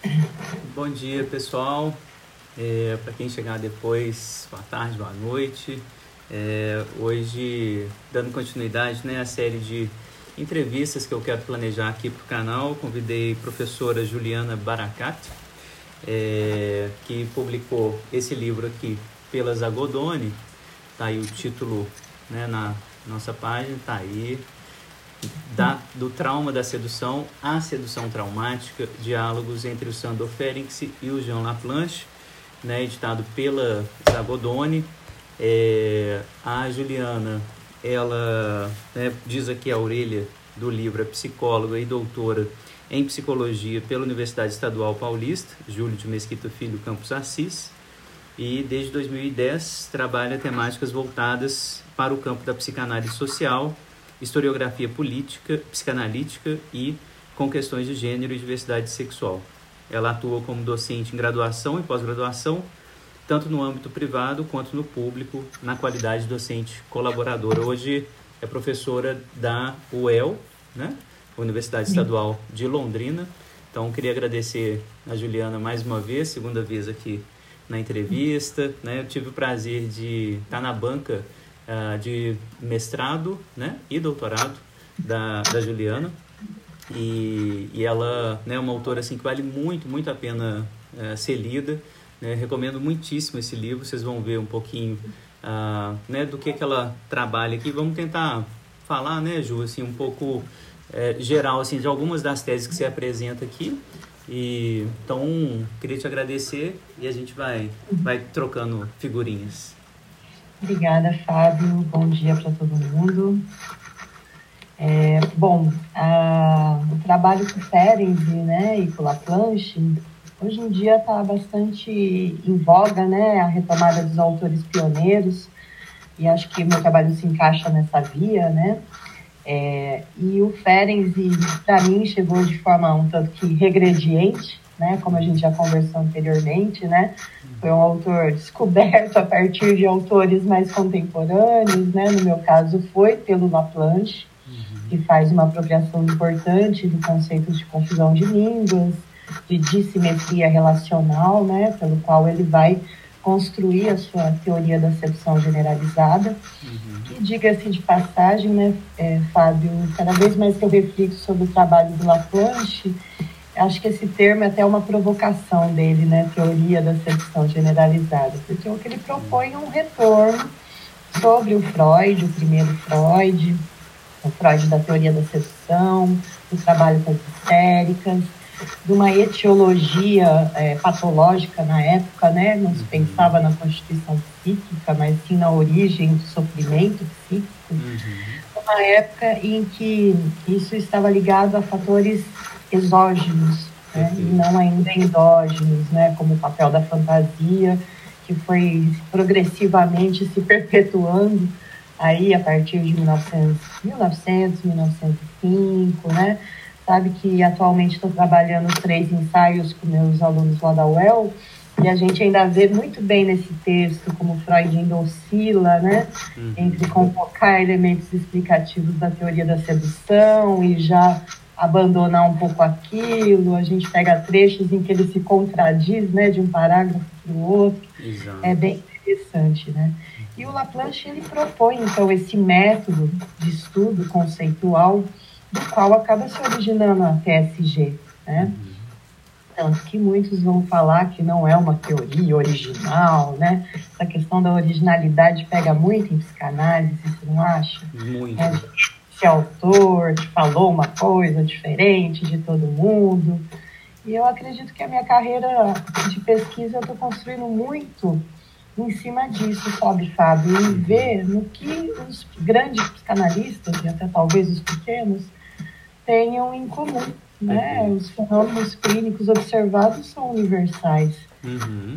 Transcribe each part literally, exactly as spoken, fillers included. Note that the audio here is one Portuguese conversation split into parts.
Bom dia, pessoal. É, para quem chegar depois, boa tarde, boa noite. É, hoje, dando continuidade, né, à série de entrevistas que eu quero planejar aqui para o canal, convidei a professora Juliana Barakat, é, que publicou esse livro aqui pela Zagodoni. Tá aí o título, né, na nossa página, tá aí. Da, do trauma da sedução à sedução traumática, diálogos entre o Sandor Ferenczi e o Jean Laplanche, né, editado pela Zagodoni. É, a Juliana, ela, né, diz aqui a orelha do livro, é psicóloga e doutora em psicologia pela Universidade Estadual Paulista, Júlio de Mesquita Filho, Campos Assis, e desde dois mil e dez trabalha temáticas voltadas para o campo da psicanálise social, historiografia política, psicanalítica e com questões de gênero e diversidade sexual. Ela atua como docente em graduação e pós-graduação, tanto no âmbito privado quanto no público, na qualidade de docente colaboradora. Hoje é professora da U E L, né? Universidade Estadual de Londrina. Então, queria agradecer a Juliana mais uma vez, segunda vez aqui na entrevista, né? Eu tive o prazer de estar na banca Uh, de mestrado, né, e doutorado da, da Juliana, e, e ela, né, é uma autora assim, que vale muito, muito a pena uh, ser lida, né? Recomendo muitíssimo esse livro. Vocês vão ver um pouquinho uh, né, do que, que ela trabalha aqui. Vamos tentar falar, né, Ju, assim, um pouco uh, geral assim, de algumas das teses que você apresenta aqui. E, então, queria te agradecer e a gente vai, vai trocando figurinhas. Obrigada, Fábio. Bom dia para todo mundo. É, bom, a, o trabalho com o Ferenczi, né, e com o Laplanche, hoje em dia está bastante em voga, né, a retomada dos autores pioneiros, e acho que o meu trabalho se encaixa nessa via, né. É, e o Ferenczi, para mim, chegou de forma um tanto que regrediente, né, como a gente já conversou anteriormente, né, foi um autor descoberto a partir de autores mais contemporâneos, né, no meu caso foi pelo Laplanche, uhum. que faz uma apropriação importante do conceito de confusão de línguas, de dissimetria relacional, né, pelo qual ele vai construir a sua teoria da acepção generalizada, uhum. que, diga-se de passagem, né, é, Fábio, cada vez mais que eu reflito sobre o trabalho do Laplanche, acho que esse termo é até uma provocação dele, né? Teoria da sedução generalizada, porque o que ele propõe é um retorno sobre o Freud, o primeiro Freud, o Freud da teoria da sedução, o trabalho com as histéricas, de uma etiologia é, patológica na época, né? Não se pensava na constituição psíquica, mas sim na origem do sofrimento psíquico. Uhum. Uma época em que isso estava ligado a fatores exógenos, né, e não ainda endógenos, né, como o papel da fantasia, que foi progressivamente se perpetuando aí a partir de mil e novecentos, mil e novecentos, mil novecentos e cinco, né, sabe que atualmente estou trabalhando três ensaios com meus alunos lá da U E L, e a gente ainda vê muito bem nesse texto como Freud ainda oscila, né, uhum. entre convocar elementos explicativos da teoria da sedução e já abandonar um pouco aquilo. A gente pega trechos em que ele se contradiz, né, de um parágrafo para o outro. Exato. É bem interessante, né? E o Laplanche, ele propõe, então, esse método de estudo conceitual do qual acaba se originando a T S G, né? Uhum. Tanto que muitos vão falar que não é uma teoria original, né? Essa questão da originalidade pega muito em psicanálise, você não acha? Muito. É, esse autor te falou uma coisa diferente de todo mundo. E eu acredito que a minha carreira de pesquisa eu estou construindo muito em cima disso, sabe, Fábio? E ver no que os grandes psicanalistas, e até talvez os pequenos, tenham em comum, né? Uhum. Os fenômenos clínicos observados são universais. Uhum.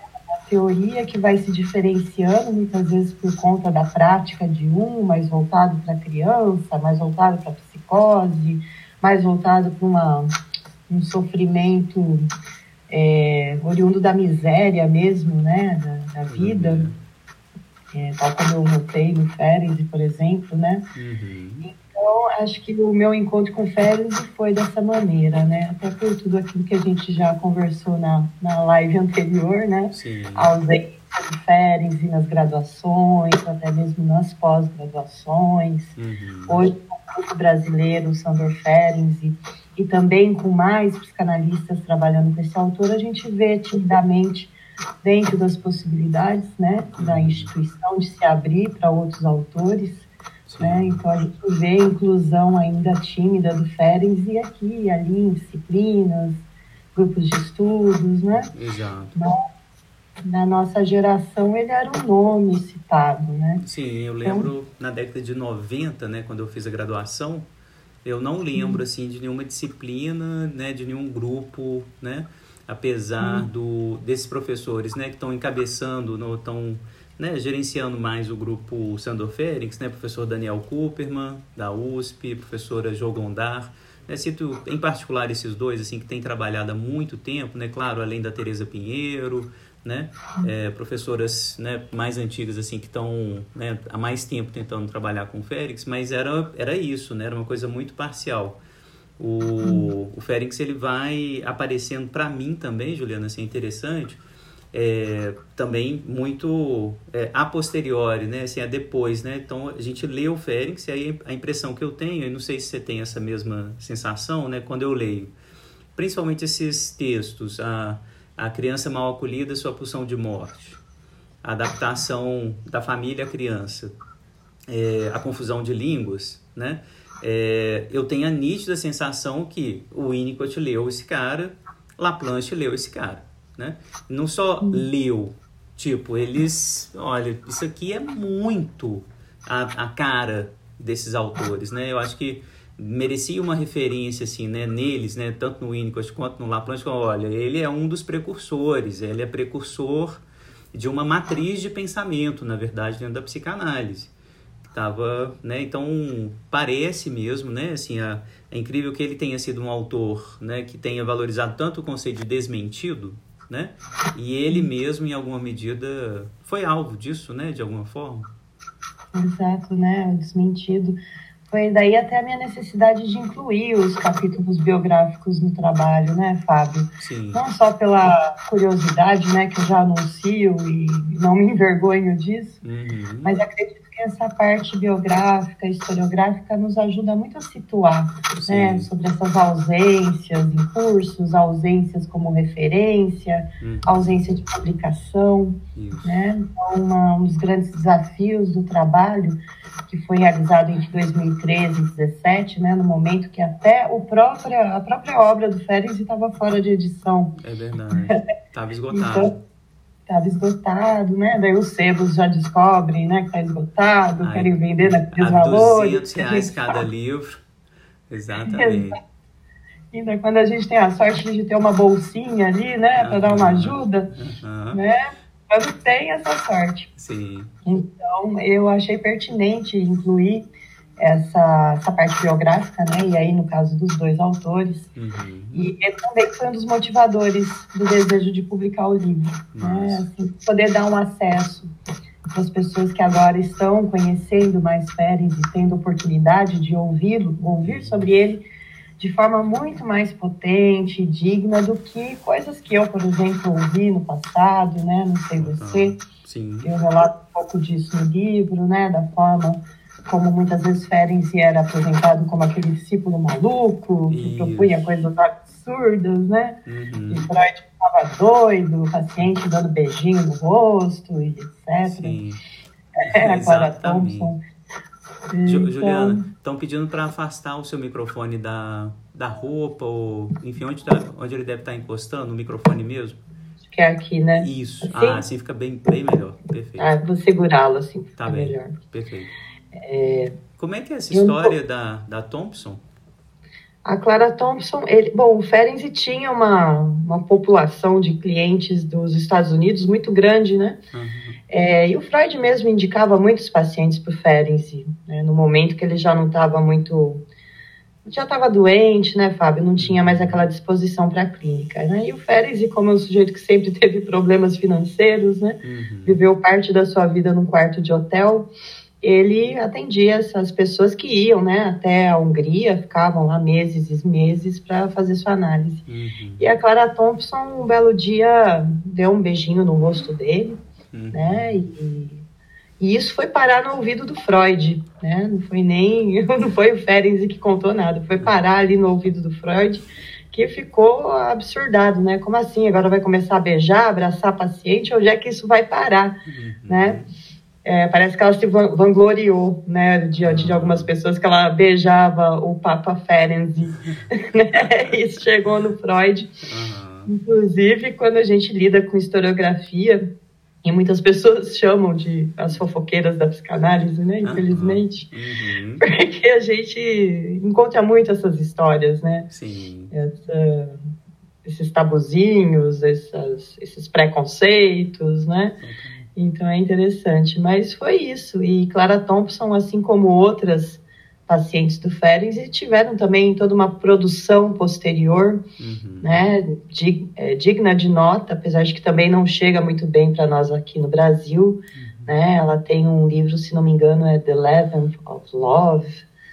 A teoria que vai se diferenciando, muitas vezes por conta da prática de um, mais voltado para a criança, mais voltado para a psicose, mais voltado para uma, um sofrimento é, oriundo da miséria mesmo, né? Da, da vida. Uhum. É, tal como eu notei no Ferenczi, por exemplo, né? Uhum. Então, acho que o meu encontro com o Ferenc foi dessa maneira, né? Até por tudo aquilo que a gente já conversou na, na live anterior, né? Sim. A ausência do Ferenc nas graduações, até mesmo nas pós-graduações. Uhum. Hoje, o grupo brasileiro, o Sandor Ferenc, e, e também com mais psicanalistas trabalhando com esse autor, a gente vê timidamente, dentro das possibilidades, né, da instituição de se abrir para outros autores, né? Então a gente vê a inclusão ainda tímida do Ferenc e aqui e ali em disciplinas, grupos de estudos, né? Exato. Mas, na nossa geração ele era um nome citado, né? Sim, eu lembro então, na década de noventa, né, quando eu fiz a graduação, eu não lembro hum. assim de nenhuma disciplina, né, de nenhum grupo, né? Apesar hum. do, desses professores, né, que estão encabeçando, estão, né, gerenciando mais o grupo Sandor Ferenc, né, professor Daniel Kuperman, da U S P, professora Jo Gondar, né, cito em particular esses dois, assim, que têm trabalhado há muito tempo, né, claro, além da Tereza Pinheiro, né, é, professoras, né, mais antigas, assim, que estão, né, há mais tempo tentando trabalhar com o Ferenc, mas era, era isso, né, era uma coisa muito parcial. O, o Ferenc, ele vai aparecendo para mim também, Juliana, assim, interessante, é, também muito é, a posteriori, né, assim, a depois, né, então a gente lê o Ferenc, e aí a impressão que eu tenho, eu não sei se você tem essa mesma sensação, né, quando eu leio, principalmente esses textos, a, a criança mal acolhida, sua pulsão de morte, a adaptação da família à criança, é, a confusão de línguas, né, É, eu tenho a nítida sensação que o Winnicott leu esse cara, Laplanche leu esse cara, né? Não só leu, tipo, eles, olha, isso aqui é muito a, a cara desses autores, né? Eu acho que merecia uma referência, assim, né, neles, né, tanto no Winnicott quanto no Laplanche, olha, ele é um dos precursores, ele é precursor de uma matriz de pensamento, na verdade, dentro da psicanálise. Tava, né, então parece mesmo, né, assim, a, é incrível que ele tenha sido um autor, né, que tenha valorizado tanto o conceito de desmentido, né, e ele mesmo em alguma medida foi alvo disso, né, de alguma forma. Exato, né, o desmentido. Foi daí até a minha necessidade de incluir os capítulos biográficos no trabalho, né, Fábio? Sim. Não só pela curiosidade, né, que eu já anuncio e não me envergonho disso, uhum. mas acredito que essa parte biográfica, historiográfica, nos ajuda muito a situar, né, sobre essas ausências em cursos, ausências como referência, uhum. ausência de publicação, né? Então, uma, um dos grandes desafios do trabalho, que foi realizado entre dois mil e treze e dois mil e dezessete, né, no momento que até o própria, a própria obra do Ferenc estava fora de edição. É verdade, estava esgotado. Então, estava esgotado, né? Daí os sebos já descobrem, né, que está esgotado, Ai, querem vender naqueles valores. duzentos reais cada fala. livro. Exatamente. Exato. Ainda quando a gente tem a sorte de ter uma bolsinha ali, né, para dar uma ajuda, uhum. né? Quando tem essa sorte. Sim. Então, eu achei pertinente incluir essa, essa parte biográfica, né? E aí, no caso dos dois autores. Uhum. E ele também foi um dos motivadores do desejo de publicar o livro. Né? Assim, poder dar um acesso para as pessoas que agora estão conhecendo mais Ferenc e tendo oportunidade de ouvi-lo, ouvir sobre ele de forma muito mais potente e digna do que coisas que eu, por exemplo, ouvi no passado, né? Não sei você. Sim. Eu relato um pouco disso no livro, né? Da forma como muitas vezes Ferenc era apresentado como aquele discípulo maluco, que Isso. propunha coisas absurdas, né? Uhum. E Freud estava doido, o paciente dando beijinho no rosto, e etcétera. Sim. É, a Clara Thompson. Então... Juliana, estão pedindo para afastar o seu microfone da, da roupa, ou enfim, onde, tá, onde ele deve estar encostando, no microfone mesmo? Que é aqui, né? Isso. Assim? Ah, assim fica bem, bem melhor. Perfeito. Ah, vou segurá-lo assim, tá bem. melhor. Perfeito. É... Como é que é essa história não... da, da Thompson? A Clara Thompson, ele, bom, o Ferenc tinha uma, uma população de clientes dos Estados Unidos muito grande, né? Uhum. É, e o Freud mesmo indicava muitos pacientes para o Ferenc, né? No momento que ele já não estava muito... Já estava doente, né, Fábio? Não tinha mais aquela disposição para a clínica, né? E o Ferenc, como é um sujeito que sempre teve problemas financeiros, né? Uhum. Viveu parte da sua vida num quarto de hotel. ele atendia essas pessoas que iam, né, até a Hungria, ficavam lá meses e meses para fazer sua análise. Uhum. E a Clara Thompson, um belo dia, deu um beijinho no rosto dele, uhum. né, e, e isso foi parar no ouvido do Freud, né, não foi nem, não foi o Ferenczi que contou nada, foi parar ali no ouvido do Freud, que ficou absurdado, né, como assim, agora vai começar a beijar, abraçar a paciente, onde é que isso vai parar, uhum. né? É, parece que ela se vangloriou, né, diante de algumas pessoas, que ela beijava o Papa Ferenczi. Isso chegou no Freud. Uhum. Inclusive, quando a gente lida com historiografia, e muitas pessoas chamam de as fofoqueiras da psicanálise, né, infelizmente, uhum. porque a gente encontra muito essas histórias, né? Sim. Essa, esses tabuzinhos, essas, esses preconceitos, né? Okay. Então é interessante, mas foi isso. E Clara Thompson, assim como outras pacientes do Ferenczi, tiveram também toda uma produção posterior, uhum. né, dig, é, digna de nota, apesar de que também não chega muito bem para nós aqui no Brasil. Uhum. Né? Ela tem um livro, se não me engano, é The Leaven of Love.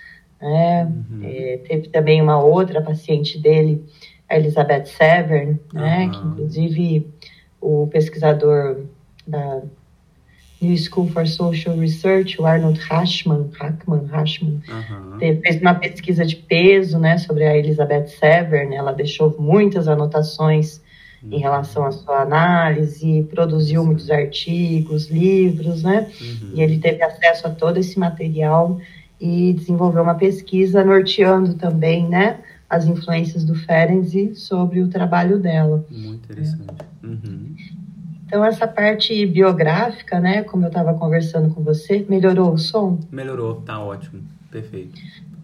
Né? Uhum. É, teve também uma outra paciente dele, a Elizabeth Severn, né, uhum. que inclusive o pesquisador da New School for Social Research, o Arnold Hachman, Hackman, Hachman, uhum. fez uma pesquisa de peso, né, sobre a Elizabeth Severn. Ela deixou muitas anotações uhum. em relação à sua análise, produziu Sim. muitos artigos, livros, né, uhum. e ele teve acesso a todo esse material e desenvolveu uma pesquisa norteando também, né, as influências do Ferenczi sobre o trabalho dela. Muito interessante. É. Uhum. Então, essa parte biográfica, né, como eu estava conversando com você, melhorou o som? Melhorou, tá ótimo, perfeito.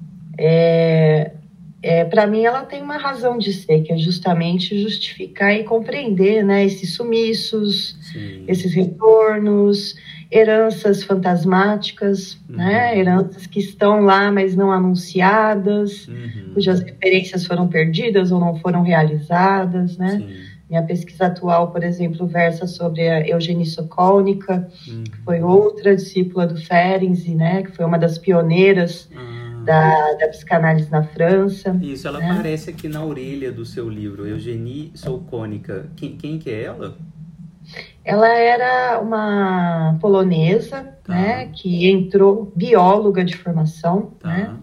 É, é, para mim, ela tem uma razão de ser, que é justamente justificar e compreender, né, esses sumiços, Sim. esses retornos, heranças fantasmáticas, uhum. né, heranças que estão lá, mas não anunciadas, uhum. cujas referências foram perdidas ou não foram realizadas, né? Sim. Minha pesquisa atual, por exemplo, versa sobre a Eugenie Sokolnika, uhum. que foi outra discípula do Ferenczi, né, que foi uma das pioneiras uhum. da, da psicanálise na França. Isso, ela né? aparece aqui na orelha do seu livro, Eugenie Sokolnika. Quem, quem que é ela? Ela era uma polonesa, tá. né, que entrou, bióloga de formação, tá. né,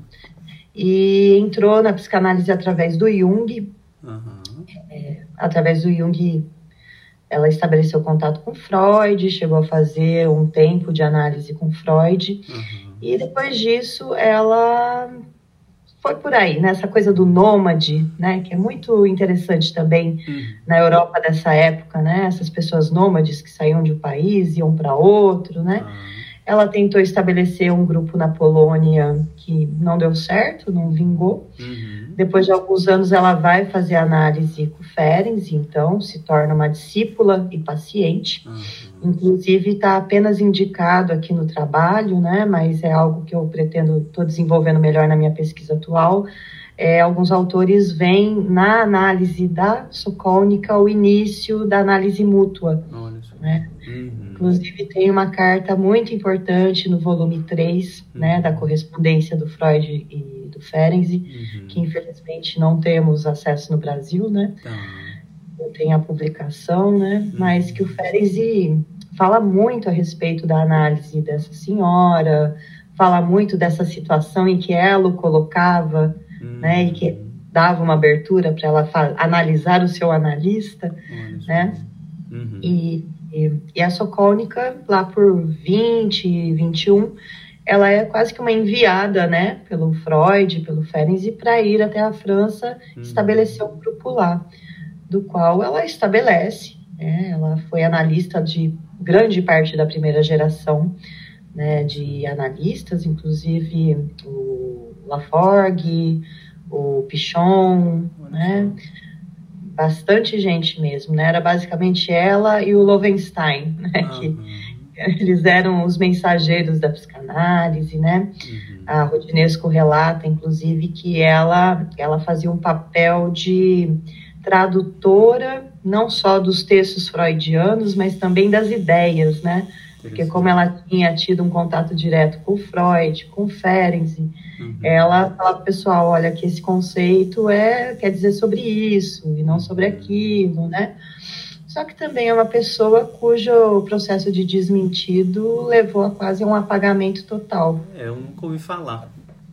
e entrou na psicanálise através do Jung. Uhum. É, através do Jung, ela estabeleceu contato com Freud, chegou a fazer um tempo de análise com Freud, uhum. e depois disso ela foi por aí, nessa né, coisa do nômade, né, que é muito interessante também uhum. na Europa dessa época, né, essas pessoas nômades que saíam de um país, iam para outro, né. Uhum. Ela tentou estabelecer um grupo na Polônia que não deu certo, não vingou. Uhum. Depois de alguns anos, ela vai fazer análise com o Ferenczi, então se torna uma discípula e paciente. Uhum. Inclusive, está apenas indicado aqui no trabalho, né? Mas é algo que eu pretendo, estou desenvolvendo melhor na minha pesquisa atual. É, alguns autores veem na análise da Sokolnika o início da análise mútua. Olha só. Né? Uhum. Inclusive, tem uma carta muito importante no volume três, uhum. né, da correspondência do Freud e do Ferenczi, uhum. que infelizmente não temos acesso no Brasil, né? Uhum. Não tem a publicação, né? Uhum. Mas que o Ferenczi fala muito a respeito da análise dessa senhora, fala muito dessa situação em que ela o colocava, uhum. né? E que dava uma abertura para ela analisar o seu analista, uhum. né? Uhum. E E, e a Sokolnika, lá por vinte, vinte e um, ela é quase que uma enviada, né, pelo Freud, pelo Ferenczi, para ir até a França uhum. estabelecer um grupo lá, do qual ela estabelece, né, ela foi analista de grande parte da primeira geração, né, de analistas, inclusive o Laforgue, o Pichon, né, bastante gente mesmo, né? Era basicamente ela e o Loewenstein, né? Uhum. Que eles eram os mensageiros da psicanálise, né? Uhum. A Rodinesco relata, inclusive, que ela, ela fazia um papel de tradutora, não só dos textos freudianos, mas também das ideias, né? Porque como ela tinha tido um contato direto com Freud, com Ferenczi, uhum. ela falava pro pessoal, olha, que esse conceito é, quer dizer sobre isso e não sobre aquilo, né? Só que também é uma pessoa cujo processo de desmentido levou a quase um apagamento total. É, eu nunca ouvi falar.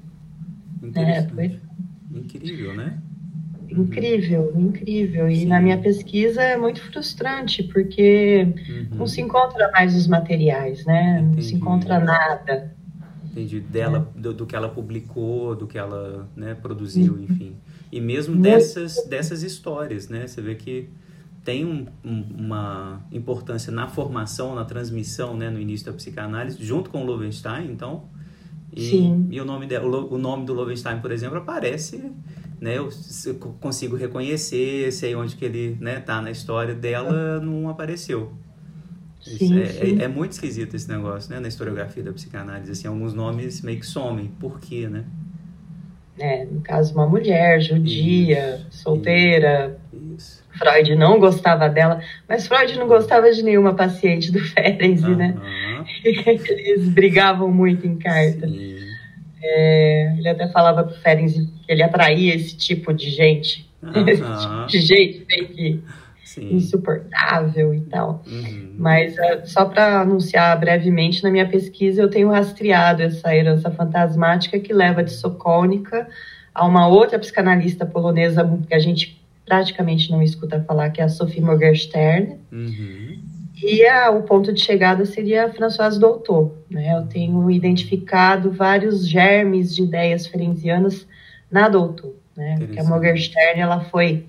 É, foi... Incrível, né? Incrível, uhum. incrível. E Sim. na minha pesquisa é muito frustrante, porque uhum. não se encontra mais os materiais, né? Entendi. Não se encontra nada. Entendi. Dela, é. do, do que ela publicou, do que ela, né, produziu, uhum. enfim. E mesmo dessas, dessas histórias, né? Você vê que tem um, um, uma importância na formação, na transmissão, né, no início da psicanálise, junto com o Loewenstein, então. E, Sim. e o, nome de, o, o nome do Loewenstein, por exemplo, aparece... Né, eu consigo reconhecer, sei onde que ele, né, tá na história dela, não apareceu. Sim, é, sim. É, é muito esquisito esse negócio, né, na historiografia da psicanálise, assim, alguns nomes meio que somem. Por quê, né? É, no caso, uma mulher judia, isso, solteira, isso. Freud não gostava dela, mas Freud não gostava de nenhuma paciente do Ferenczi, uh-huh. né? Eles brigavam muito em carta. Sim. É, ele até falava pro Ferenczi que ele atraía esse tipo de gente, uh-huh. esse tipo de gente meio que Sim. insuportável e tal. Uhum. Mas uh, só para anunciar brevemente, na minha pesquisa eu tenho rastreado essa herança fantasmática que leva de Sokolnika a uma outra psicanalista polonesa que a gente praticamente não escuta falar, que é a Sophie Morgenstern. Uhum. E a, o ponto de chegada seria a Françoise Dolto, né? Eu tenho identificado vários germes de ideias ferencianas na Dolto, né? Porque a Morgenstern, ela foi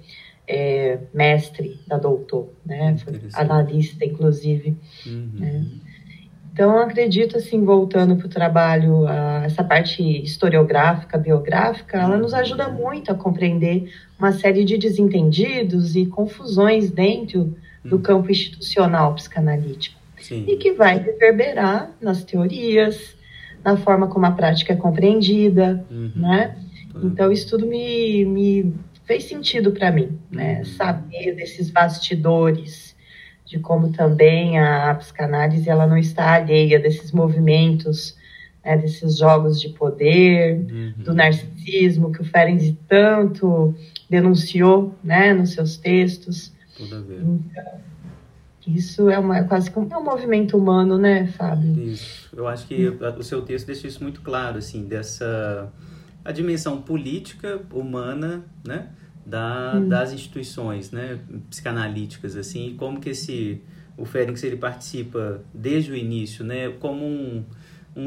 é, mestre da Dolto, né? Foi analista, inclusive. Uhum. Né? Então, eu acredito, assim, voltando para o trabalho, a, essa parte historiográfica, biográfica, ela nos ajuda muito a compreender uma série de desentendidos e confusões dentro do campo institucional psicanalítico. Sim. E que vai reverberar nas teorias, na forma como a prática é compreendida, uhum. né? Uhum. Então, isso tudo me, me fez sentido para mim, né? Uhum. Saber desses bastidores, de como também a, a psicanálise ela não está alheia desses movimentos, né, desses jogos de poder, uhum. do narcisismo que o Ferenczi tanto denunciou, né, nos seus textos. Tudo a ver. Então, isso é uma, quase como é um movimento humano, né, Fábio? Isso. Eu acho que o seu texto deixa isso muito claro, assim, dessa a dimensão política, humana, né, da, hum. das instituições, né, psicanalíticas, assim, e como que esse, o Ferenczi, ele participa desde o início, né, como um, um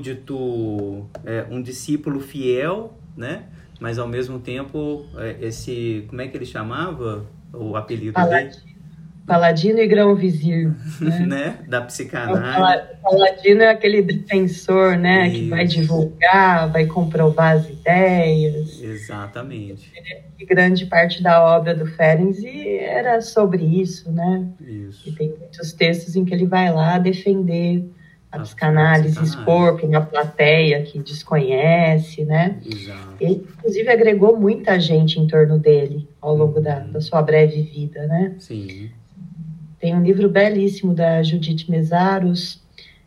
súdito, é, um discípulo fiel, né, mas ao mesmo tempo, é, esse, como é que ele chamava o apelido Paladino. dele? Paladino e grão-vizir, né? né? Da psicanálise. O paladino é aquele defensor, né? Isso. Que vai divulgar, vai comprovar as ideias. Exatamente. E grande parte da obra do Ferenczi era sobre isso, né? Isso. E tem muitos textos em que ele vai lá defender a, a psicanálise, psicanálise, expor para uma plateia que desconhece, né? Exato. Ele, inclusive, agregou muita gente em torno dele ao longo uhum. da, da sua breve vida, né? Sim. Tem um livro belíssimo da Judith Mesaros,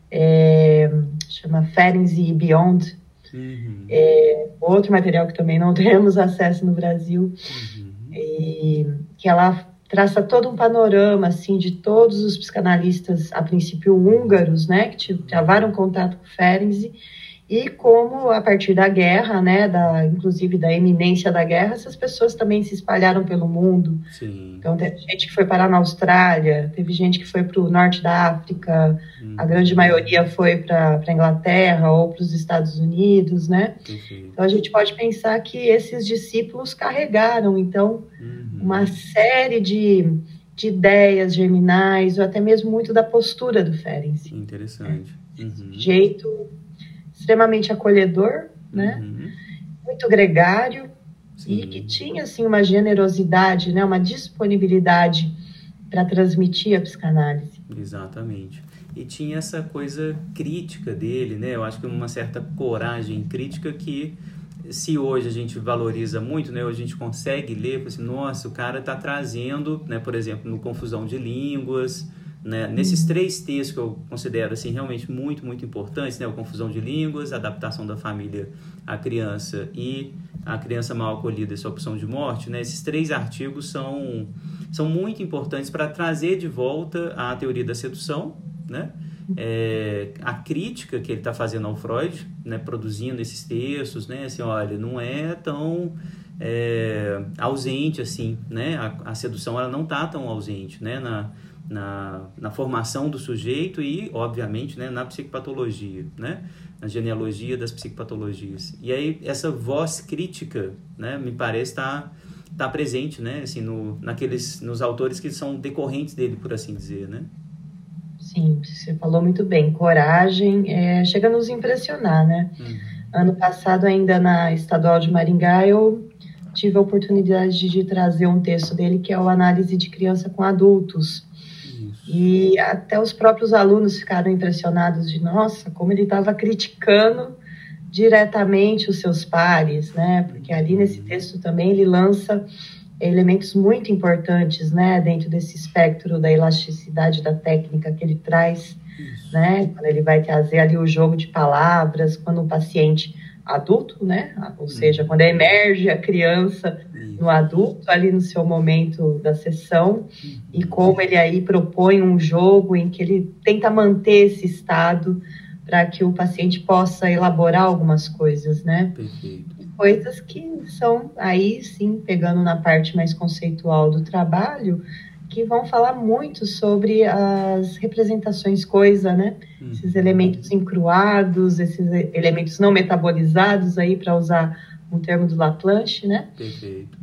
é, chama Ferenczi Beyond. Uhum. É, outro material que também não temos acesso no Brasil, uhum. e que ela traça todo um panorama assim, de todos os psicanalistas, a princípio húngaros, né, que travaram contato com Ferenczi, e como, a partir da guerra, né, da, inclusive da iminência da guerra, essas pessoas também se espalharam pelo mundo. Sim. Então, teve gente que foi parar na Austrália, teve gente que foi para o norte da África, uhum. a grande maioria foi para a Inglaterra ou para os Estados Unidos, né? Uhum. Então, a gente pode pensar que esses discípulos carregaram, então, uhum. uma série de, de ideias germinais, ou até mesmo muito da postura do Ferenczi. Interessante. Né? Uhum. Jeito extremamente acolhedor, né? Uhum. Muito gregário. Sim. E que tinha, assim, uma generosidade, né? Uma disponibilidade para transmitir a psicanálise. Exatamente. E tinha essa coisa crítica dele, né? Eu acho que uma certa coragem crítica que, se hoje a gente valoriza muito, né? Hoje a gente consegue ler, assim, nossa, o cara está trazendo, né? Por exemplo, no Confusão de Línguas, né? Nesses três T's que eu considero assim, realmente muito, muito importantes, né? A confusão de línguas, a adaptação da família à criança e a criança mal acolhida e sua opção de morte, né? Esses três artigos são, são muito importantes para trazer de volta a teoria da sedução, né? É, a crítica que ele está fazendo ao Freud, né? Produzindo esses textos, né? Assim, olha, não é tão... É, ausente assim, né? A, a sedução ela não está tão ausente, né? Na, na, na formação do sujeito e, obviamente, né? Na psicopatologia, né? Na genealogia das psicopatologias. E aí essa voz crítica, né? Me parece estar tá, tá presente, né? Assim, no, naqueles, nos autores que são decorrentes dele, por assim dizer, né? Sim, você falou muito bem. Coragem é, chega a nos impressionar, né? Hum. Ano passado, ainda na Estadual de Maringá, eu tive a oportunidade de trazer um texto dele que é o Análise de Criança com Adultos. Isso. E até os próprios alunos ficaram impressionados de, nossa, como ele estava criticando diretamente os seus pares, né? Porque ali nesse texto também ele lança elementos muito importantes, né? Dentro desse espectro da elasticidade da técnica que ele traz, Isso. né? Quando ele vai trazer ali o jogo de palavras, quando o paciente... adulto, né? Ou seja, quando emerge a criança no adulto, ali no seu momento da sessão, e como ele aí propõe um jogo em que ele tenta manter esse estado para que o paciente possa elaborar algumas coisas, né? Perfeito. Coisas que são aí, sim, pegando na parte mais conceitual do trabalho, que vão falar muito sobre as representações coisa, né? Uhum. Esses elementos encruados, esses elementos não metabolizados, aí para usar um termo do Laplanche, né? Perfeito.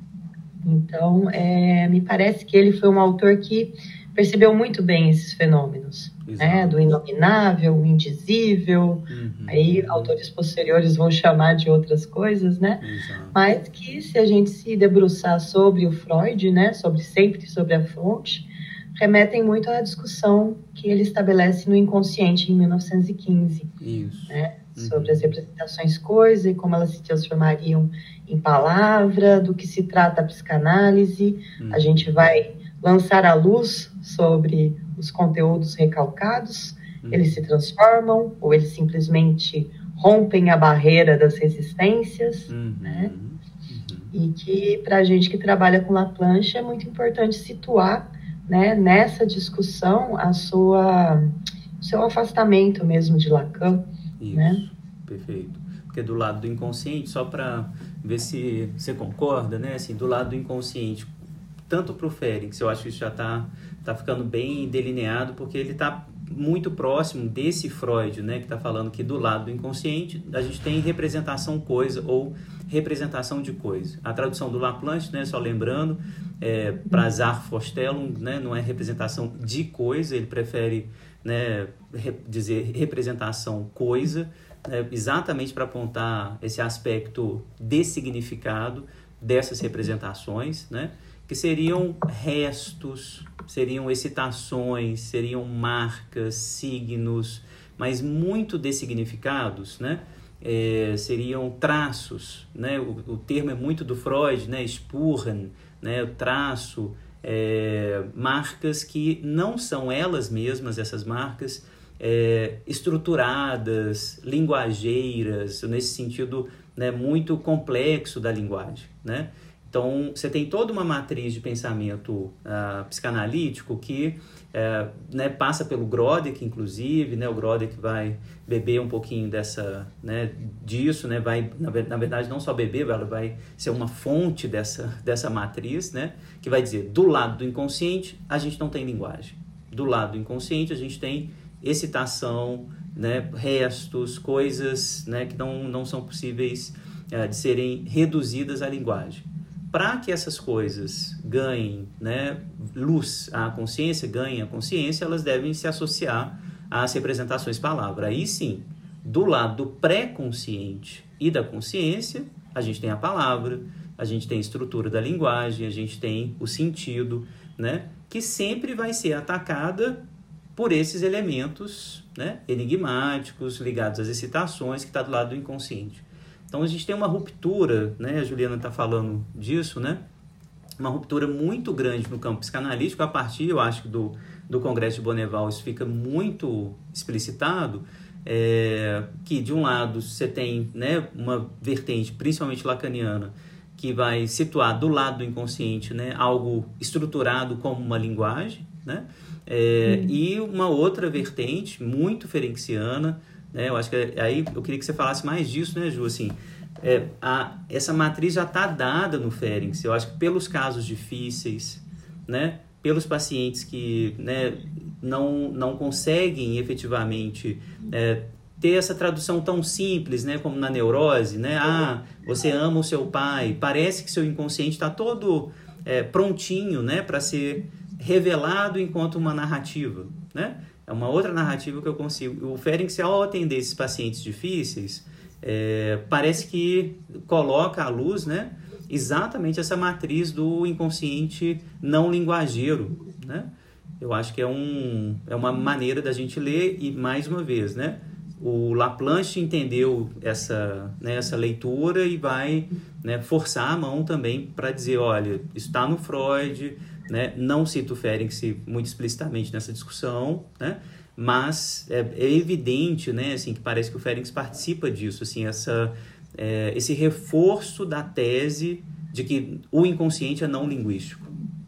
Então, é, me parece que ele foi um autor que percebeu muito bem esses fenômenos, né? Do inominável, o indizível, uhum. Aí autores posteriores vão chamar de outras coisas, né? Exato. Mas que se a gente se debruçar sobre o Freud, né? Sobre sempre sobre a fonte, remetem muito à discussão que ele estabelece no Inconsciente em mil novecentos e quinze, Isso. Né? Uhum. Sobre as representações coisa e como elas se transformariam em palavra, do que se trata a psicanálise. Uhum. A gente vai lançar a luz sobre os conteúdos recalcados, uhum. Eles se transformam ou eles simplesmente rompem a barreira das resistências, uhum. né? Uhum. E que para a gente que trabalha com Laplanche é muito importante situar, né, nessa discussão a sua, o seu afastamento mesmo de Lacan. Isso, né? Perfeito. Porque do lado do inconsciente, só para ver se você concorda, né? Assim, do lado do inconsciente, tanto para o Félix, eu acho que isso já está tá ficando bem delineado, porque ele está muito próximo desse Freud, né, que está falando que do lado do inconsciente a gente tem representação coisa ou representação de coisa. A tradução do Laplanche, né, só lembrando, é, Prazar Forstellung, né, não é representação de coisa, ele prefere, né, re, dizer representação coisa, né, exatamente para apontar esse aspecto de significado dessas representações, né, que seriam restos, seriam excitações, seriam marcas, signos, mas muito dessignificados, né? É, seriam traços, né? O, o termo é muito do Freud, né? Spuren, né? O traço, é, marcas que não são elas mesmas, essas marcas, é, estruturadas, linguageiras, nesse sentido, né, muito complexo da linguagem, né? Então, você tem toda uma matriz de pensamento uh, psicanalítico que uh, né, passa pelo Grodek, inclusive, né, o Grodek vai beber um pouquinho dessa, né, disso, né, vai, na, na verdade, não só beber, ela vai ser uma fonte dessa, dessa matriz, né, que vai dizer, do lado do inconsciente, a gente não tem linguagem. Do lado do inconsciente, a gente tem excitação, né, restos, coisas, né, que não, não são possíveis uh, de serem reduzidas à linguagem. Para que essas coisas ganhem, né, luz à consciência, ganhem a consciência, elas devem se associar às representações palavra. Aí sim, do lado do pré-consciente e da consciência, a gente tem a palavra, a gente tem a estrutura da linguagem, a gente tem o sentido, né, que sempre vai ser atacada por esses elementos, né, enigmáticos, ligados às excitações, que está do lado do inconsciente. Então, a gente tem uma ruptura, né? A Juliana está falando disso, né? uma ruptura muito grande no campo psicanalítico. A partir, eu acho, do, do Congresso de Bonneval, isso fica muito explicitado, é, que de um lado você tem, né, uma vertente, principalmente lacaniana, que vai situar do lado do inconsciente, né, algo estruturado como uma linguagem, né, é, hum. e uma outra vertente muito ferenciana, né, eu acho que aí eu queria que você falasse mais disso, né, Ju, assim, é, a, essa matriz já está dada no Ferenczi, eu acho que pelos casos difíceis, né, pelos pacientes que, né, não, não conseguem efetivamente é, ter essa tradução tão simples, né, como na neurose, né, ah, você ama o seu pai, parece que seu inconsciente está todo é, prontinho, né, para ser revelado enquanto uma narrativa, né, é uma outra narrativa que eu consigo. O Ferenczi, ao atender esses pacientes difíceis, é, parece que coloca à luz, né, exatamente essa matriz do inconsciente não linguageiro, né? Eu acho que é, um, é uma maneira da gente ler e, mais uma vez, né, o Laplanche entendeu essa, né, essa leitura e vai, né, forçar a mão também para dizer, olha, isso está no Freud, né, não cito o Ferenczi muito explicitamente nessa discussão, né, mas é, é evidente, né, assim, que parece que o Ferenczi participa disso, assim, essa... É, esse reforço da tese de que o inconsciente é não linguístico.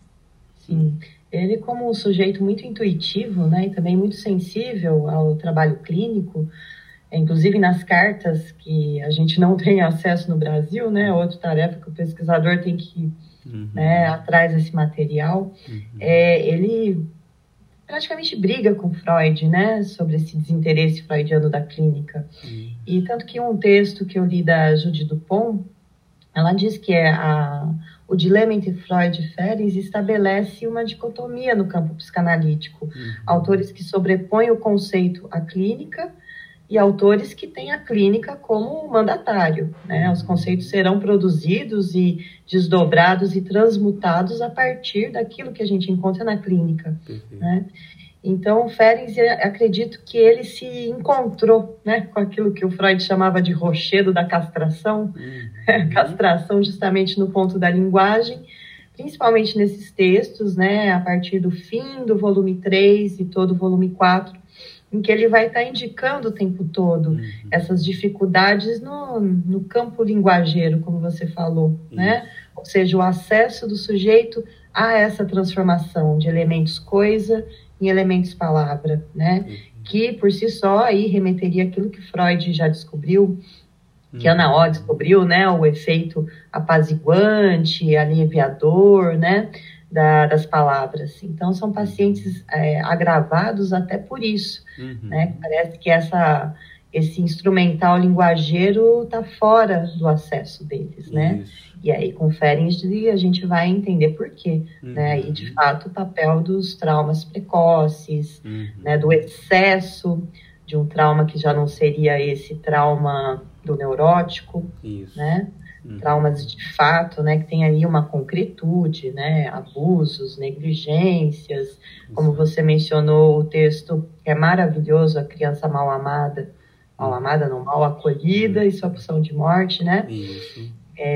Sim, ele como um sujeito muito intuitivo, né, e também muito sensível ao trabalho clínico, inclusive nas cartas que a gente não tem acesso no Brasil, né, outra tarefa que o pesquisador tem que uhum. né, atrás desse material, uhum. é, ele praticamente briga com Freud, né, sobre esse desinteresse freudiano da clínica. Uhum. E tanto que um texto que eu li da Judy Dupont, ela diz que é a, o dilema entre Freud e Ferenczi estabelece uma dicotomia no campo psicanalítico. Uhum. Autores que sobrepõem o conceito à clínica e autores que têm a clínica como mandatário, né? Os conceitos serão produzidos e desdobrados e transmutados a partir daquilo que a gente encontra na clínica, uhum. né? Então, o Ferenczi, acredito que ele se encontrou, né, com aquilo que o Freud chamava de rochedo da castração, uhum. castração justamente no ponto da linguagem, principalmente nesses textos, né, a partir do fim do volume três e todo o volume quatro, em que ele vai estar indicando o tempo todo uhum. essas dificuldades no, no campo linguageiro, como você falou, uhum. né? Ou seja, o acesso do sujeito a essa transformação de elementos coisa em elementos palavra, né? Uhum. Que por si só aí remeteria àquilo que Freud já descobriu, uhum. que Ana O descobriu, né? O efeito apaziguante, aliviador, né? Da, das palavras. Então, são pacientes é, agravados até por isso, uhum. né? Parece que essa, esse instrumental linguageiro está fora do acesso deles, né? Isso. E aí, com Ferenczi, a gente vai entender por quê, uhum. né? E, de fato, o papel dos traumas precoces, uhum. né? Do excesso de um trauma que já não seria esse trauma do neurótico, isso. né? Traumas de fato, né, que tem aí uma concretude, né, abusos, negligências, isso. Como você mencionou o texto que é maravilhoso, A Criança Mal Amada, mal amada não, mal acolhida uhum. e sua opção de morte, né, isso.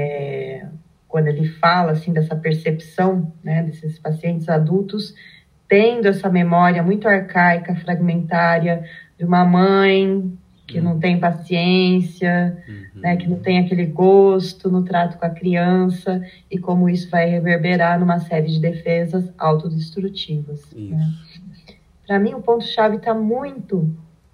É, quando ele fala, assim, dessa percepção, né, desses pacientes adultos tendo essa memória muito arcaica, fragmentária, de uma mãe que não tem paciência, uhum. né, que não tem aquele gosto no trato com a criança, e como isso vai reverberar numa série de defesas autodestrutivas. Né? Para mim, o ponto-chave está muito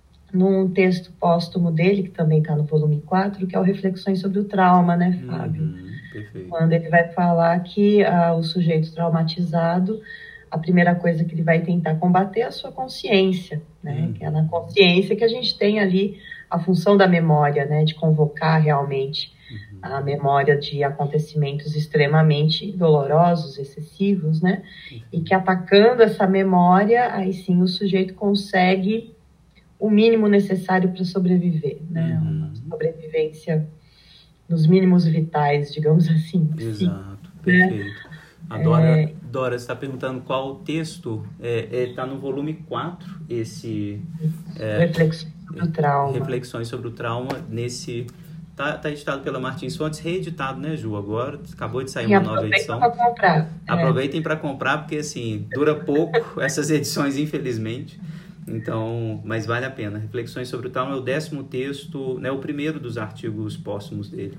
num texto póstumo dele, que também está no volume quatro, que é o Reflexões sobre o Trauma, né, Fábio? Uhum. Perfeito. Quando ele vai falar que ah, o sujeito traumatizado, a primeira coisa que ele vai tentar combater é a sua consciência, né? Uhum. Que é na consciência que a gente tem ali a função da memória, né? De convocar realmente uhum. a memória de acontecimentos extremamente dolorosos, excessivos, né? Uhum. E que atacando essa memória, aí sim o sujeito consegue o mínimo necessário para sobreviver, né? Uhum. Uma sobrevivência nos mínimos vitais, digamos assim. Exato, perfeito. Né? A Dora, é... Dora está perguntando qual o texto, está é, é, no volume quatro, esse... É, Reflexões sobre o trauma. Reflexões sobre o trauma, nesse Tá, tá editado pela Martins Fontes, reeditado, né, Ju? Agora acabou de sair E uma nova edição. Aproveitem para comprar. Aproveitem é. para comprar, porque assim, dura pouco essas edições, infelizmente. Então, mas vale a pena. Reflexões sobre o Trauma é o décimo texto, né, o primeiro dos artigos póstumos dele.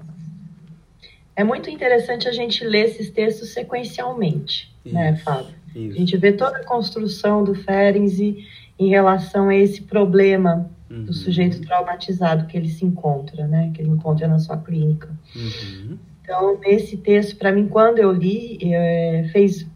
É muito interessante a gente ler esses textos sequencialmente, isso, né, Fábio? Isso. A gente vê toda a construção do Ferenczi em relação a esse problema uhum. do sujeito traumatizado que ele se encontra, né? Que ele encontra na sua clínica. Uhum. Então, nesse texto, para mim, quando eu li, é, fez,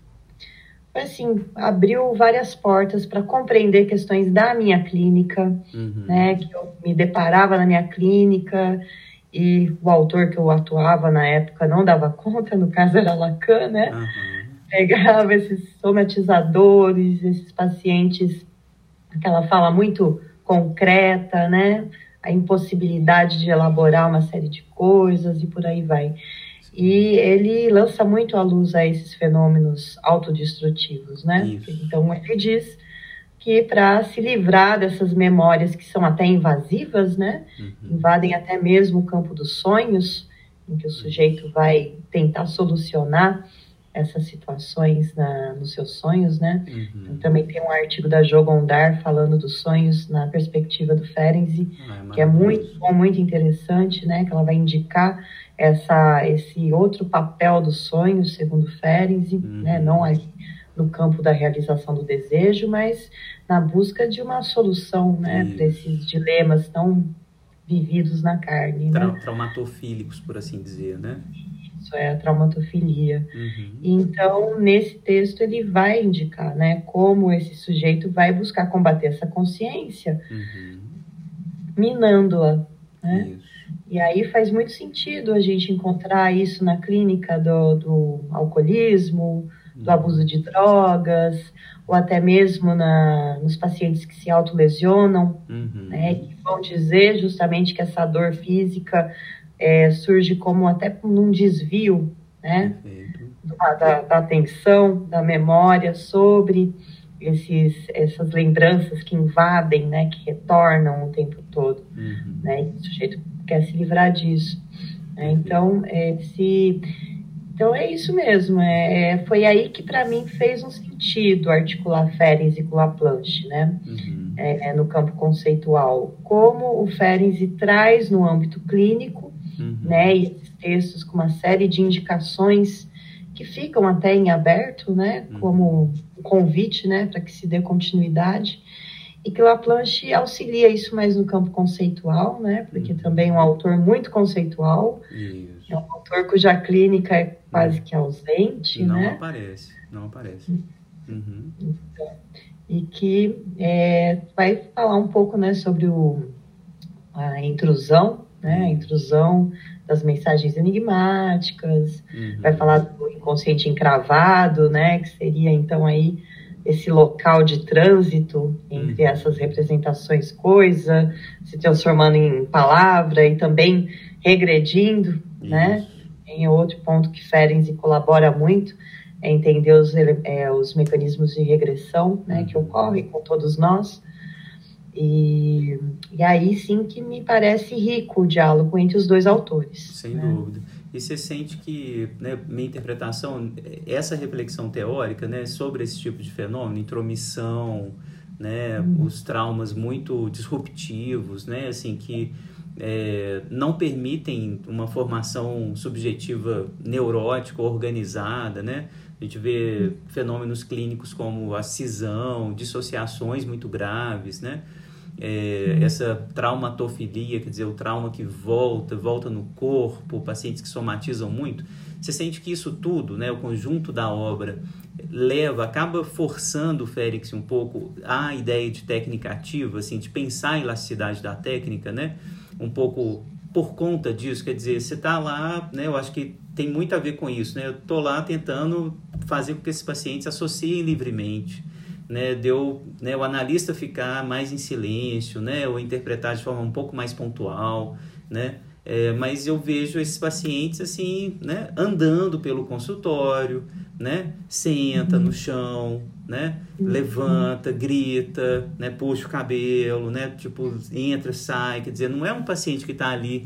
assim, abriu várias portas para compreender questões da minha clínica, uhum. né? Que eu me deparava na minha clínica e o autor que eu atuava na época não dava conta, no caso era Lacan, né? Uhum. Pegava esses somatizadores, esses pacientes, aquela fala muito concreta, né? A impossibilidade de elaborar uma série de coisas e por aí vai. E ele lança muito à luz a esses fenômenos autodestrutivos, né? Isso. Então, ele diz que para se livrar dessas memórias que são até invasivas, né? Uhum. Invadem até mesmo o campo dos sonhos, em que o sujeito vai tentar solucionar essas situações na, nos seus sonhos, né? Uhum. Então, também tem um artigo da Jo Gondar falando dos sonhos na perspectiva do Ferenczi, ah, é que é muito bom, muito interessante, né? Que ela vai indicar essa, esse outro papel dos sonhos, segundo Ferenczi, uhum. né? Não ali no campo da realização do desejo, mas na busca de uma solução, né? Para esses dilemas tão vividos na carne, Tra- né? Traumatofílicos, por assim dizer, né? Isso é a traumatofilia. Uhum. Então, nesse texto, ele vai indicar, né, como esse sujeito vai buscar combater essa consciência, uhum. minando-a, né? Isso. E aí faz muito sentido a gente encontrar isso na clínica do, do alcoolismo, do uhum. abuso de drogas, ou até mesmo na, nos pacientes que se autolesionam, uhum. né, que vão dizer justamente que essa dor física É, surge como até num desvio, né, da, da, da atenção, da memória sobre esses, essas lembranças que invadem, né, que retornam o tempo todo, uhum. né, e o sujeito quer se livrar disso. Né, então, é, se, então é isso mesmo, é, foi aí que para mim fez um sentido articular Ferenczi com Laplanche, né, uhum. é, no campo conceitual, como o Ferenczi traz no âmbito clínico, Uhum. né, e esses textos com uma série de indicações que ficam até em aberto, né, uhum. como um convite, né, para que se dê continuidade, e que Laplanche auxilia isso mais no campo conceitual, né, porque uhum. também é um autor muito conceitual, isso. É um autor cuja clínica é quase uhum. que ausente, não né? aparece, não aparece. Uhum. Então, e que é, vai falar um pouco, né, sobre o, a intrusão, né, a intrusão das mensagens enigmáticas, uhum. vai falar do inconsciente encravado, né, que seria então aí esse local de trânsito entre uhum. essas representações coisa, se transformando em palavra e também regredindo, isso. Né, em outro ponto que Ferenczi colabora muito, é entender os, é, os mecanismos de regressão, né, uhum. que ocorrem com todos nós. E, e aí sim que me parece rico o diálogo entre os dois autores. Sem né? dúvida. E você sente que, né, minha interpretação, essa reflexão teórica, né, sobre esse tipo de fenômeno, intromissão, né, hum. os traumas muito disruptivos, né, assim, que é, não permitem uma formação subjetiva neurótica, organizada, né? A gente vê fenômenos clínicos como a cisão, dissociações muito graves, né? É, essa traumatofilia, quer dizer, o trauma que volta, volta no corpo, pacientes que somatizam muito. Você sente que isso tudo, né, o conjunto da obra, leva, acaba forçando o Ferenczi um pouco a ideia de técnica ativa, assim, de pensar a elasticidade da técnica, né? Um pouco por conta disso, quer dizer, você está lá, né, eu acho que tem muito a ver com isso, né? Eu estou lá tentando fazer com que esses pacientes associem livremente, né? Deu, né, o analista ficar mais em silêncio, né, ou interpretar de forma um pouco mais pontual, né? É, mas eu vejo esses pacientes assim, né, andando pelo consultório, né, senta uhum. no chão, né, uhum. levanta, grita, né, puxa o cabelo, né, tipo, entra, sai, quer dizer, não é um paciente que está ali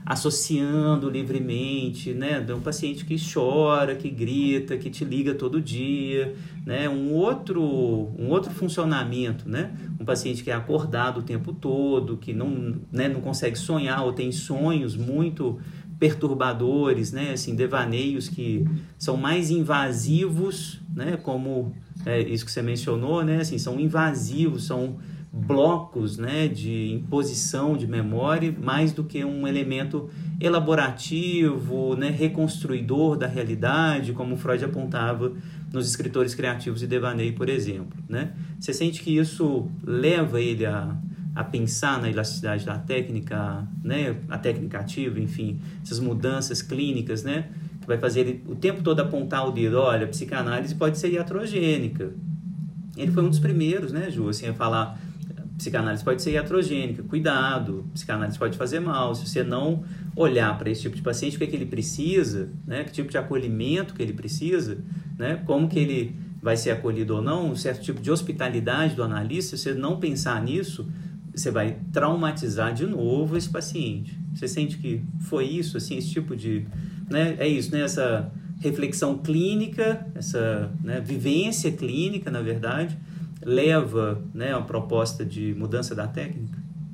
associando livremente, né? De um paciente que chora, que grita, que te liga todo dia, né? Um outro, um outro funcionamento, né? Um paciente que é acordado o tempo todo, que não, né, não consegue sonhar ou tem sonhos muito perturbadores, né? Assim, devaneios que são mais invasivos, né? Como é, isso que você mencionou, né? Assim, são invasivos, são blocos, né, de imposição de memória, mais do que um elemento elaborativo, né, reconstruidor da realidade, como Freud apontava nos escritores criativos de devaneio, por exemplo, né? Você sente que isso leva ele a, a pensar na elasticidade da técnica, né, a técnica ativa, enfim, essas mudanças clínicas, né, que vai fazer ele o tempo todo apontar o dedo, olha, a psicanálise pode ser iatrogênica. Ele foi um dos primeiros, né, Ju, assim, a falar, psicanálise pode ser iatrogênica, cuidado, psicanálise pode fazer mal, se você não olhar para esse tipo de paciente, o que é que ele precisa, né, que tipo de acolhimento que ele precisa, né, como que ele vai ser acolhido ou não, um certo tipo de hospitalidade do analista, se você não pensar nisso, você vai traumatizar de novo esse paciente. Você sente que foi isso, assim, esse tipo de, né, é isso, né, essa reflexão clínica, essa, né, vivência clínica, na verdade, leva, né, a proposta de mudança da técnica?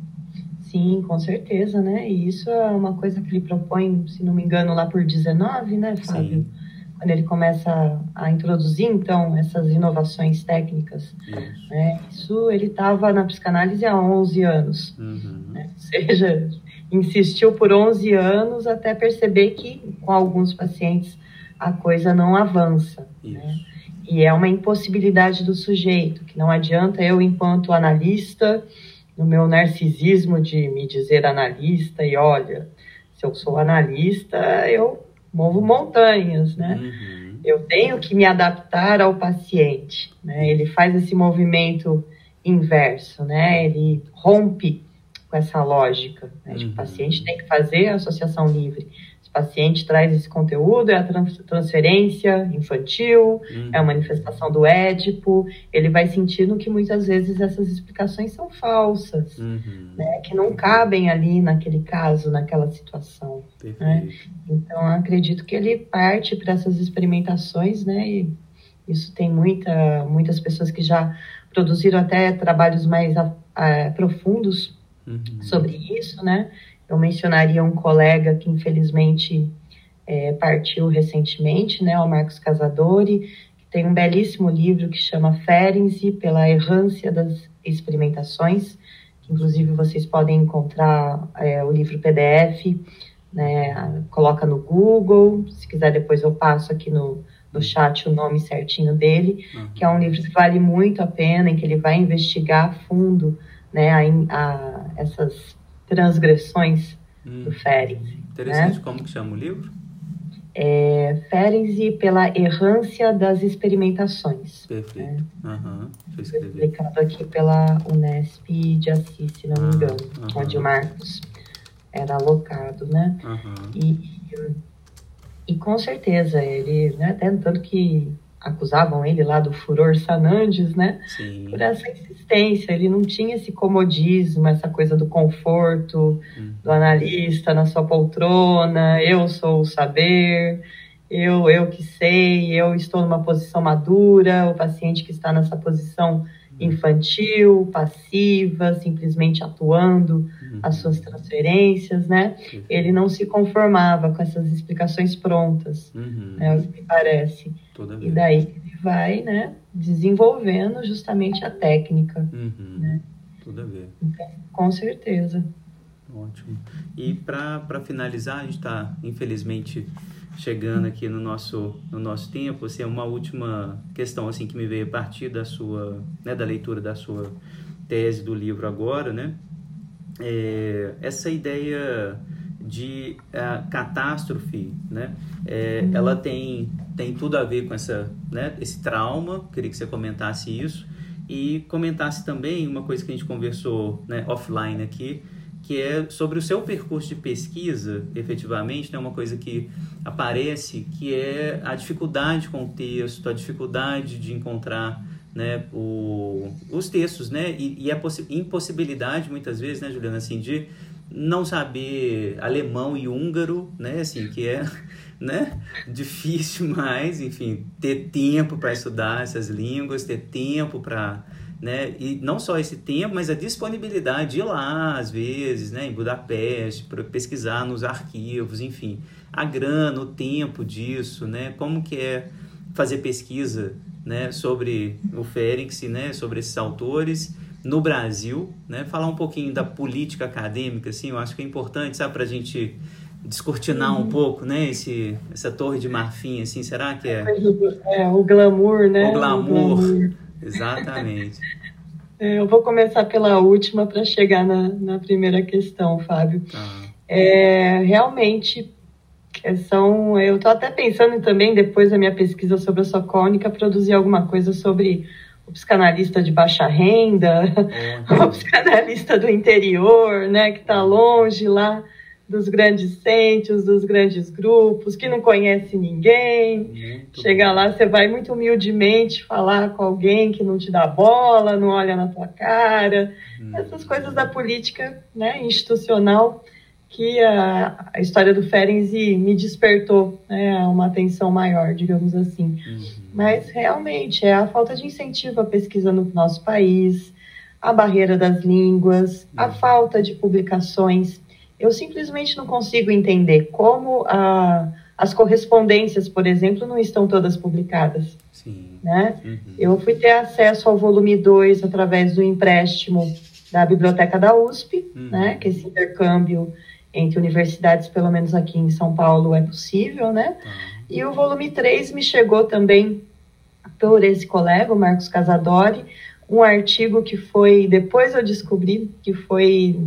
Sim, com certeza, né? E isso é uma coisa que ele propõe, se não me engano, lá por dezenove, né, Fábio? Sim. Quando ele começa a introduzir, então, essas inovações técnicas. Isso, né? Isso ele estava na psicanálise há onze anos. Uhum. Né? Ou seja, insistiu por onze anos até perceber que, com alguns pacientes, a coisa não avança. Isso. Né? E é uma impossibilidade do sujeito, que não adianta eu, enquanto analista, no meu narcisismo de me dizer analista, e olha, se eu sou analista, eu movo montanhas, né? Uhum. Eu tenho que me adaptar ao paciente, né? Ele faz esse movimento inverso, né? Ele rompe com essa lógica, né? Uhum. De que o paciente tem que fazer a associação livre. O paciente traz esse conteúdo, é a transferência infantil, uhum. é a manifestação do Édipo, ele vai sentindo que muitas vezes essas explicações são falsas, uhum. né, que não cabem ali naquele caso, naquela situação. Né? Então, eu acredito que ele parte para essas experimentações, né, e isso tem muita, muitas pessoas que já produziram até trabalhos mais uh, profundos uhum. sobre isso, né? Eu mencionaria um colega que, infelizmente, é, partiu recentemente, né, o Marcos Casadori, que tem um belíssimo livro que chama Ferenczi pela errância das experimentações, que, inclusive, vocês podem encontrar é, o livro P D F, né, coloca no Google, se quiser depois eu passo aqui no, no chat o nome certinho dele, uhum. que é um livro que vale muito a pena, em que ele vai investigar a fundo, né, a, a, essas transgressões hum, do Ferenczi. Interessante, né? Como que chama o livro? É, Ferenczi pela errância das experimentações. Perfeito. Né? Uhum. Publicado aqui pela Unesp de Assis, se não me engano, uhum. onde o Marcos era alocado, né? Uhum. E, e com certeza, ele, né, até tanto que acusavam ele lá do furor Sanandes, né? Sim. Por essa insistência, ele não tinha esse comodismo, essa coisa do conforto, uhum. do analista na sua poltrona, eu sou o saber, eu, eu que sei, eu estou numa posição madura, o paciente que está nessa posição infantil, passiva, simplesmente atuando uhum. as suas transferências, né? Uhum. Ele não se conformava com essas explicações prontas, uhum. né, o que me parece. Toda e daí ele vai, né, desenvolvendo justamente a técnica. Uhum. Né? Tudo a ver. Então, com certeza. Ótimo. E para finalizar, a gente está, infelizmente, chegando aqui no nosso, no nosso tempo, assim, uma última questão assim, que me veio a partir da sua, né, da leitura da sua tese do livro agora, né? É, essa ideia de uh, catástrofe, né? É, uhum. Ela tem, tem tudo a ver com essa, né, esse trauma, queria que você comentasse isso, e comentasse também uma coisa que a gente conversou, né, offline aqui, que é sobre o seu percurso de pesquisa, efetivamente, né, uma coisa que aparece, que é a dificuldade com o texto, a dificuldade de encontrar, né, o, os textos, né, e, e a impossibilidade, muitas vezes, né, Juliana, assim, de não saber alemão e húngaro, né? Assim, que é, né? Difícil, mas, enfim, ter tempo para estudar essas línguas, ter tempo para, né? E não só esse tempo, mas a disponibilidade de ir lá, às vezes, né? Em Budapeste, para pesquisar nos arquivos, enfim, a grana, o tempo disso, né? Como que é fazer pesquisa, né? Sobre o Ferenc, né? Sobre esses autores no Brasil, né? Falar um pouquinho da política acadêmica, assim, eu acho que é importante, sabe, para a gente descortinar um pouco, né? Esse, essa torre de marfim, assim, será que é... É, o glamour, né? O glamour, o glamour. Exatamente. É, eu vou começar pela última para chegar na, na primeira questão, Fábio. Ah. É, realmente, são, eu estou até pensando em também, depois da minha pesquisa sobre a Sokónica, produzir alguma coisa sobre o psicanalista de baixa renda, é. o psicanalista do interior, né, que está longe lá dos grandes centros, dos grandes grupos, que não conhece ninguém. Muito Chega bom. Lá, você vai muito humildemente falar com alguém que não te dá bola, não olha na tua cara. Hum. Essas coisas da política, né, institucional, que a, a história do Ferenc me despertou, né, uma atenção maior, digamos assim. Uhum. Mas, realmente, é a falta de incentivo à pesquisa no nosso país, a barreira das línguas, uhum. a falta de publicações. Eu simplesmente não consigo entender como a, as correspondências, por exemplo, não estão todas publicadas. Sim. Né? Uhum. Eu fui ter acesso ao volume dois através do empréstimo da Biblioteca da U S P, uhum. né, que esse intercâmbio entre universidades, pelo menos aqui em São Paulo, é possível, né? Uhum. E o volume três me chegou também por esse colega, o Marcos Casadori, um artigo que foi, depois eu descobri, que foi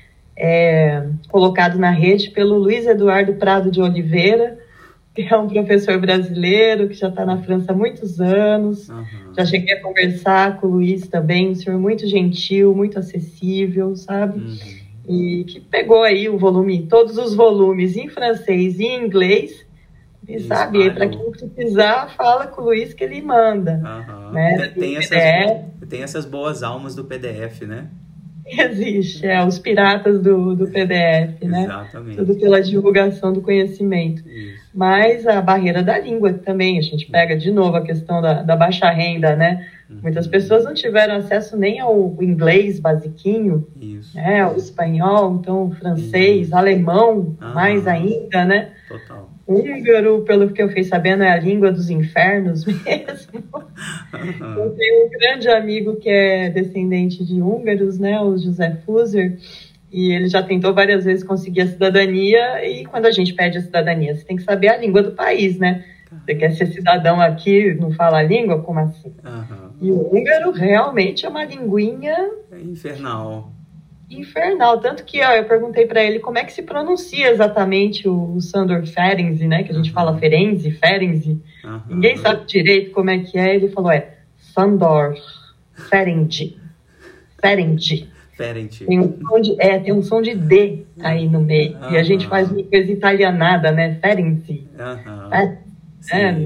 é, colocado na rede pelo Luiz Eduardo Prado de Oliveira, que é um professor brasileiro, que já está na França há muitos anos. Uhum. Já cheguei a conversar com o Luiz também, um senhor muito gentil, muito acessível, sabe? Uhum. E que pegou aí o volume, todos os volumes em francês e em inglês, e Isso, sabe, para quem precisar, fala com o Luiz que ele manda. Uhum. Né? Tem, essas, tem essas boas almas do P D F, né? Existe, é, os piratas do, do P D F, né? Exatamente. Tudo pela divulgação do conhecimento. Isso. Mas a barreira da língua também, a gente pega de novo a questão da, da baixa renda, né? Uhum. Muitas pessoas não tiveram acesso nem ao inglês basiquinho, Isso. né? O espanhol, então o francês, Isso. alemão, ah, mais ainda, né? Total. Húngaro, pelo que eu fiquei sabendo, é a língua dos infernos mesmo. Uhum. Eu tenho um grande amigo que é descendente de húngaros, né, o José Fuser, e ele já tentou várias vezes conseguir a cidadania, e quando a gente pede a cidadania, você tem que saber a língua do país, né? Você quer ser cidadão aqui, não fala a língua? Como assim? Uhum. E o húngaro realmente é uma linguinha... É infernal. Infernal, tanto que ó, eu perguntei para ele como é que se pronuncia exatamente o, o Sándor Ferenc, né, que a gente uhum. fala Ferenc, Ferenc, uhum. ninguém sabe direito como é que é, ele falou, é Sándor Ferenc, Ferenc, Ferenc. Tem um som de, é, tem um som de D aí no meio, uhum. e a gente faz uma coisa italianada, né, Ferenc, uhum. é, é,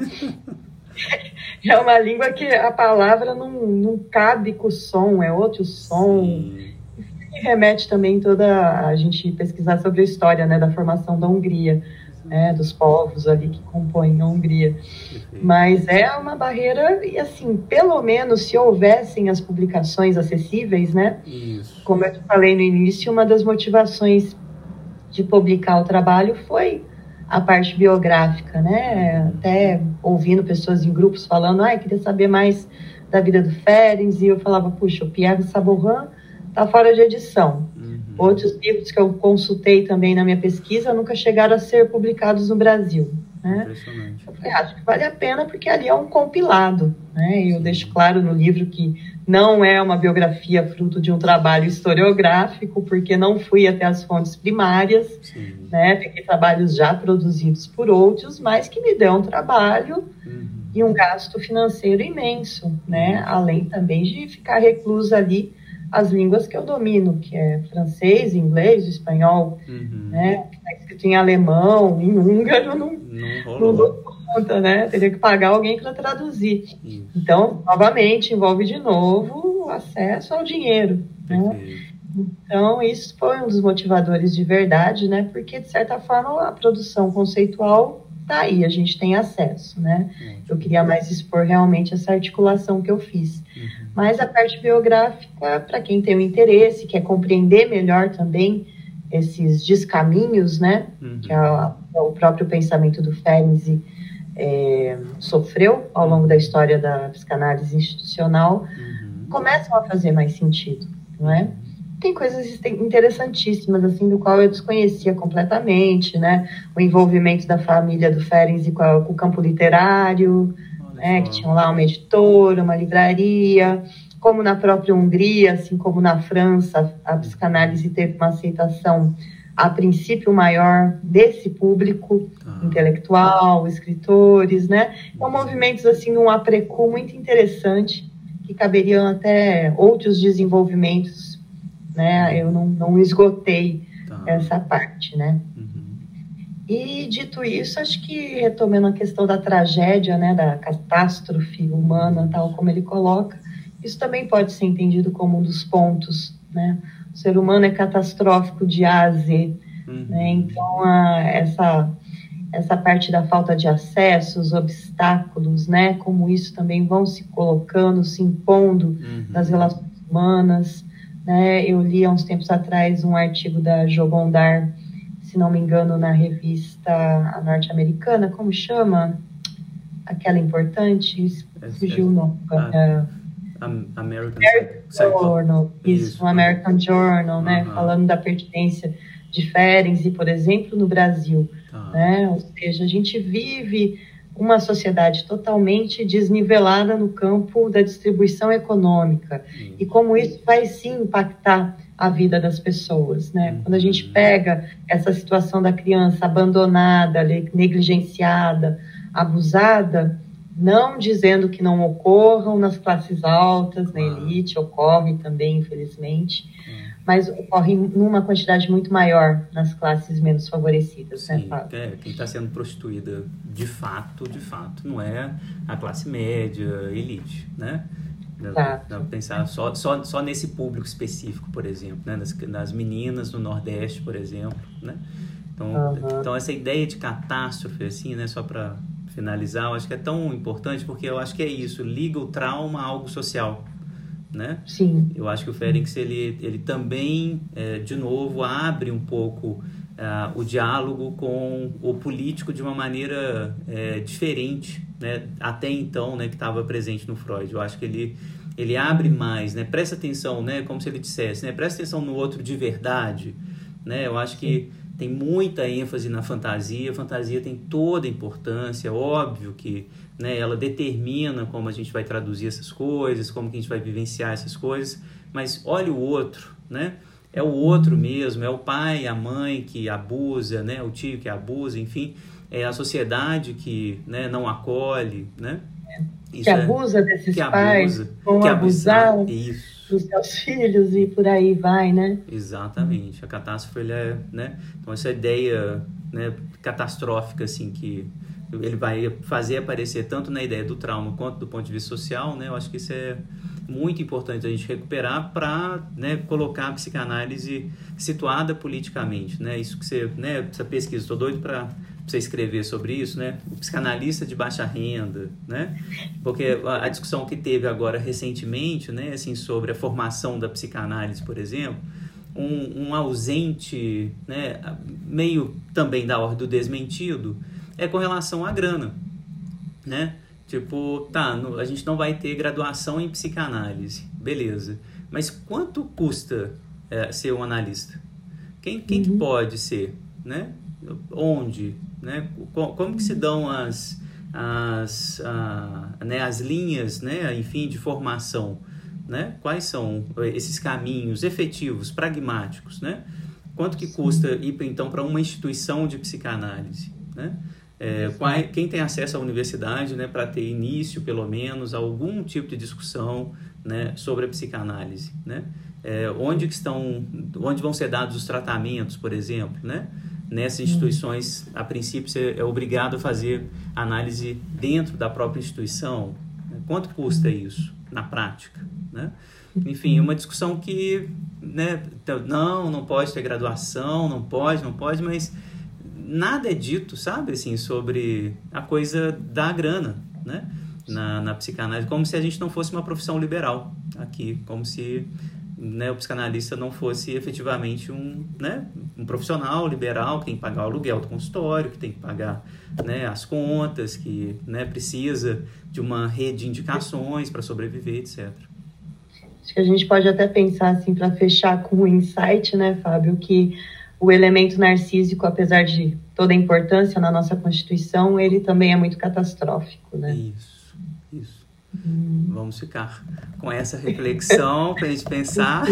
é uma língua que a palavra não, não cabe com o som, é outro som. Sim. E remete também toda a gente pesquisar sobre a história, né, da formação da Hungria, né, dos povos ali que compõem a Hungria. Mas é uma barreira, e assim, pelo menos se houvessem as publicações acessíveis, né, Isso. como eu te falei no início, uma das motivações de publicar o trabalho foi a parte biográfica, né, até ouvindo pessoas em grupos falando, ah, eu queria saber mais da vida do Ferenc, e eu falava, puxa, o Pierre Sabourin está fora de edição. Uhum. Outros livros que eu consultei também na minha pesquisa nunca chegaram a ser publicados no Brasil. Né? Impressionante. Eu falei, acho que vale a pena porque ali é um compilado. Né? E eu Sim. deixo claro no livro que não é uma biografia fruto de um trabalho historiográfico, porque não fui até as fontes primárias, né? Peguei trabalhos já produzidos por outros, mas que me dão um trabalho uhum. e um gasto financeiro imenso, né? Uhum. Além também de ficar reclusa ali as línguas que eu domino, que é francês, inglês, espanhol, uhum. né? Está escrito em alemão, em húngaro, não, não, não dou conta, né? Teria que pagar alguém para traduzir. Isso. Então, novamente, envolve de novo o acesso ao dinheiro, né? Então, isso foi um dos motivadores de verdade, né? Porque, de certa forma, a produção conceitual está aí, a gente tem acesso, né? Eu queria mais expor realmente essa articulação que eu fiz. Uhum. Mas a parte biográfica, para quem tem o interesse, quer compreender melhor também esses descaminhos, né? Uhum. Que a, o próprio pensamento do Ferenczi é, sofreu ao longo da história da psicanálise institucional, uhum. começam a fazer mais sentido, não é? Tem coisas interessantíssimas, assim, do qual eu desconhecia completamente, né? O envolvimento da família do Ferenczi com, a, com o campo literário, né? Que tinham lá uma editora, uma livraria, como na própria Hungria, assim como na França, a psicanálise teve uma aceitação, a princípio, maior desse público ah. intelectual, escritores, né? Então, movimentos, assim, num aprecu muito interessante, que caberiam até outros desenvolvimentos, né? Eu não, não esgotei tá. essa parte, né? Uhum. E, dito isso, acho que, retomando a questão da tragédia, né, da catástrofe humana, tal como ele coloca, isso também pode ser entendido como um dos pontos, né? O ser humano é catastrófico de A a Z, uhum. né? Então, a, essa, essa parte da falta de acesso, os obstáculos, né? Como isso também vão se colocando, se impondo uhum. nas relações humanas, né? Eu li há uns tempos atrás um artigo da Jo Gondar, se não me engano, na revista norte-americana, como chama? Aquela importante, fugiu o nome. A, a, American, American Journal, isso, isso, um American Journal, uh-huh. né? Falando da pertinência de Ferenczi, por exemplo, no Brasil. Uh-huh. Né? Ou seja, a gente vive uma sociedade totalmente desnivelada no campo da distribuição econômica. Uhum. E como isso vai sim impactar a vida das pessoas, né? Uhum. Quando a gente pega essa situação da criança abandonada, negligenciada, abusada, não dizendo que não ocorram nas classes altas, na elite, ocorre também, infelizmente, uhum. mas ocorre numa quantidade muito maior nas classes menos favorecidas, Sim, né, Fábio? É, quem está sendo prostituída de fato, de fato, não é a classe média, elite, né? Dá para pensar só, só, só nesse público específico, por exemplo, né? nas, nas meninas no Nordeste, por exemplo, né? Então, uhum. então essa ideia de catástrofe, assim, né? Só para finalizar, eu acho que é tão importante porque eu acho que é isso, liga o trauma a algo social, né? Sim. Eu acho que o Ferenczi, ele, ele também, é, de novo, abre um pouco uh, o diálogo com o político de uma maneira é, diferente, né? Até então, né, que estava presente no Freud. Eu acho que ele, ele abre mais, né? Presta atenção, né? Como se ele dissesse, né? Presta atenção no outro de verdade, né? Eu acho que tem muita ênfase na fantasia, a fantasia tem toda a importância, óbvio que, né, ela determina como a gente vai traduzir essas coisas, como que a gente vai vivenciar essas coisas, mas olha o outro, né? É o outro mesmo, é o pai, a mãe que abusa, né? O tio que abusa, enfim, é a sociedade que, né, não acolhe, né? Isso que abusa é, desses que pais, abusa, vão que abusar isso. dos seus filhos e por aí vai, né? Exatamente, a catástrofe, ele é, né? Então essa ideia, né, catastrófica, assim, que ele vai fazer aparecer tanto na ideia do trauma quanto do ponto de vista social, né? Eu acho que isso é muito importante a gente recuperar para, né, colocar a psicanálise situada politicamente, né? Isso que você, né, essa pesquisa, estou doido para você escrever sobre isso, né? O psicanalista de baixa renda, né? Porque a, a discussão que teve agora recentemente, né, assim, sobre a formação da psicanálise, por exemplo, um, um ausente, né, meio também da ordem do desmentido, é com relação à grana, né? Tipo, tá, no, a gente não vai ter graduação em psicanálise, beleza. Mas quanto custa é, ser um analista? Quem, quem uhum. que pode ser, né? Onde, né? Como, como que se dão as, as, a, né, as linhas, né, enfim, de formação, né? Quais são esses caminhos efetivos, pragmáticos, né? Quanto que custa ir, então, para uma instituição de psicanálise, né? É, qual, quem tem acesso à universidade, né, para ter início, pelo menos, a algum tipo de discussão, né, sobre a psicanálise, né? É, onde que estão, onde vão ser dados os tratamentos, por exemplo, né? Nessas instituições, a princípio, você é obrigado a fazer análise dentro da própria instituição. Quanto custa isso, na prática, né? Enfim, uma discussão que, né, não, não pode ter graduação, não pode, não pode, mas nada é dito, sabe, assim, sobre a coisa da grana, né, na, na psicanálise, como se a gente não fosse uma profissão liberal aqui, como se, né, o psicanalista não fosse efetivamente um, né, um profissional liberal que tem que pagar o aluguel do consultório, que tem que pagar, né, as contas, que, né, precisa de uma rede de indicações para sobreviver, etcétera. Acho que a gente pode até pensar, assim, para fechar com o insight, né, Fábio, que o elemento narcísico, apesar de toda a importância na nossa Constituição, ele também é muito catastrófico, né? Isso, isso. Hum. Vamos ficar com essa reflexão para a gente pensar.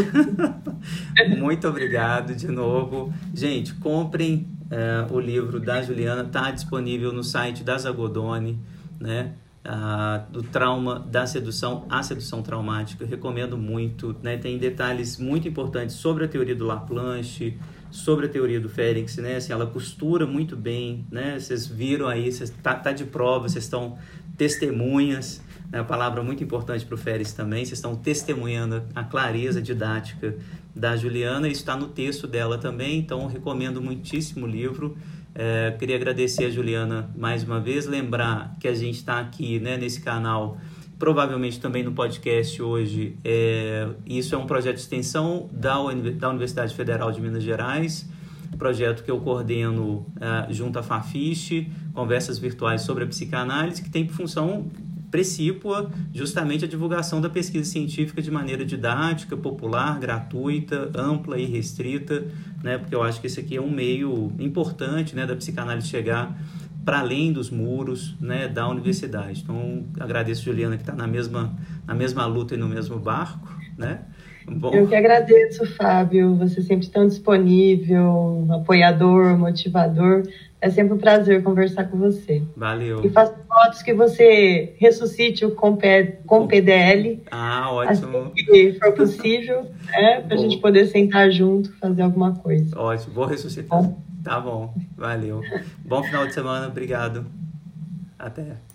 Muito obrigado de novo. Gente, comprem uh, o livro da Juliana, está disponível no site da Zagodoni, né? Uh, do trauma da sedução à sedução traumática. Eu recomendo muito, né? Tem detalhes muito importantes sobre a teoria do Laplanche, sobre a teoria do Félix, né? Assim, ela costura muito bem, né? Vocês viram aí, vocês tá, tá de prova, vocês estão testemunhas, né? A palavra muito importante para o Félix também, vocês estão testemunhando a clareza didática da Juliana, isso está no texto dela também, então recomendo muitíssimo o livro. É, queria agradecer a Juliana mais uma vez, lembrar que a gente está aqui, né, nesse canal, provavelmente também no podcast hoje. É, isso é um projeto de extensão da, da Universidade Federal de Minas Gerais, projeto que eu coordeno é, junto à Fafiche, conversas virtuais sobre a psicanálise, que tem por função precípua justamente a divulgação da pesquisa científica de maneira didática, popular, gratuita, ampla e restrita, né? Porque eu acho que esse aqui é um meio importante, né, da psicanálise chegar para além dos muros, né, da universidade. Então, agradeço a Juliana que está na mesma, na mesma luta e no mesmo barco, né? Bom. Eu que agradeço, Fábio, você sempre tão disponível, apoiador, motivador. É sempre um prazer conversar com você. Valeu. E faço votos que você ressuscite o Com P D L. Ah, ótimo. Assim que for possível, né, para a gente poder sentar junto, fazer alguma coisa. Ótimo, vou ressuscitar. Bom. Tá bom, valeu. Bom final de semana, obrigado. Até.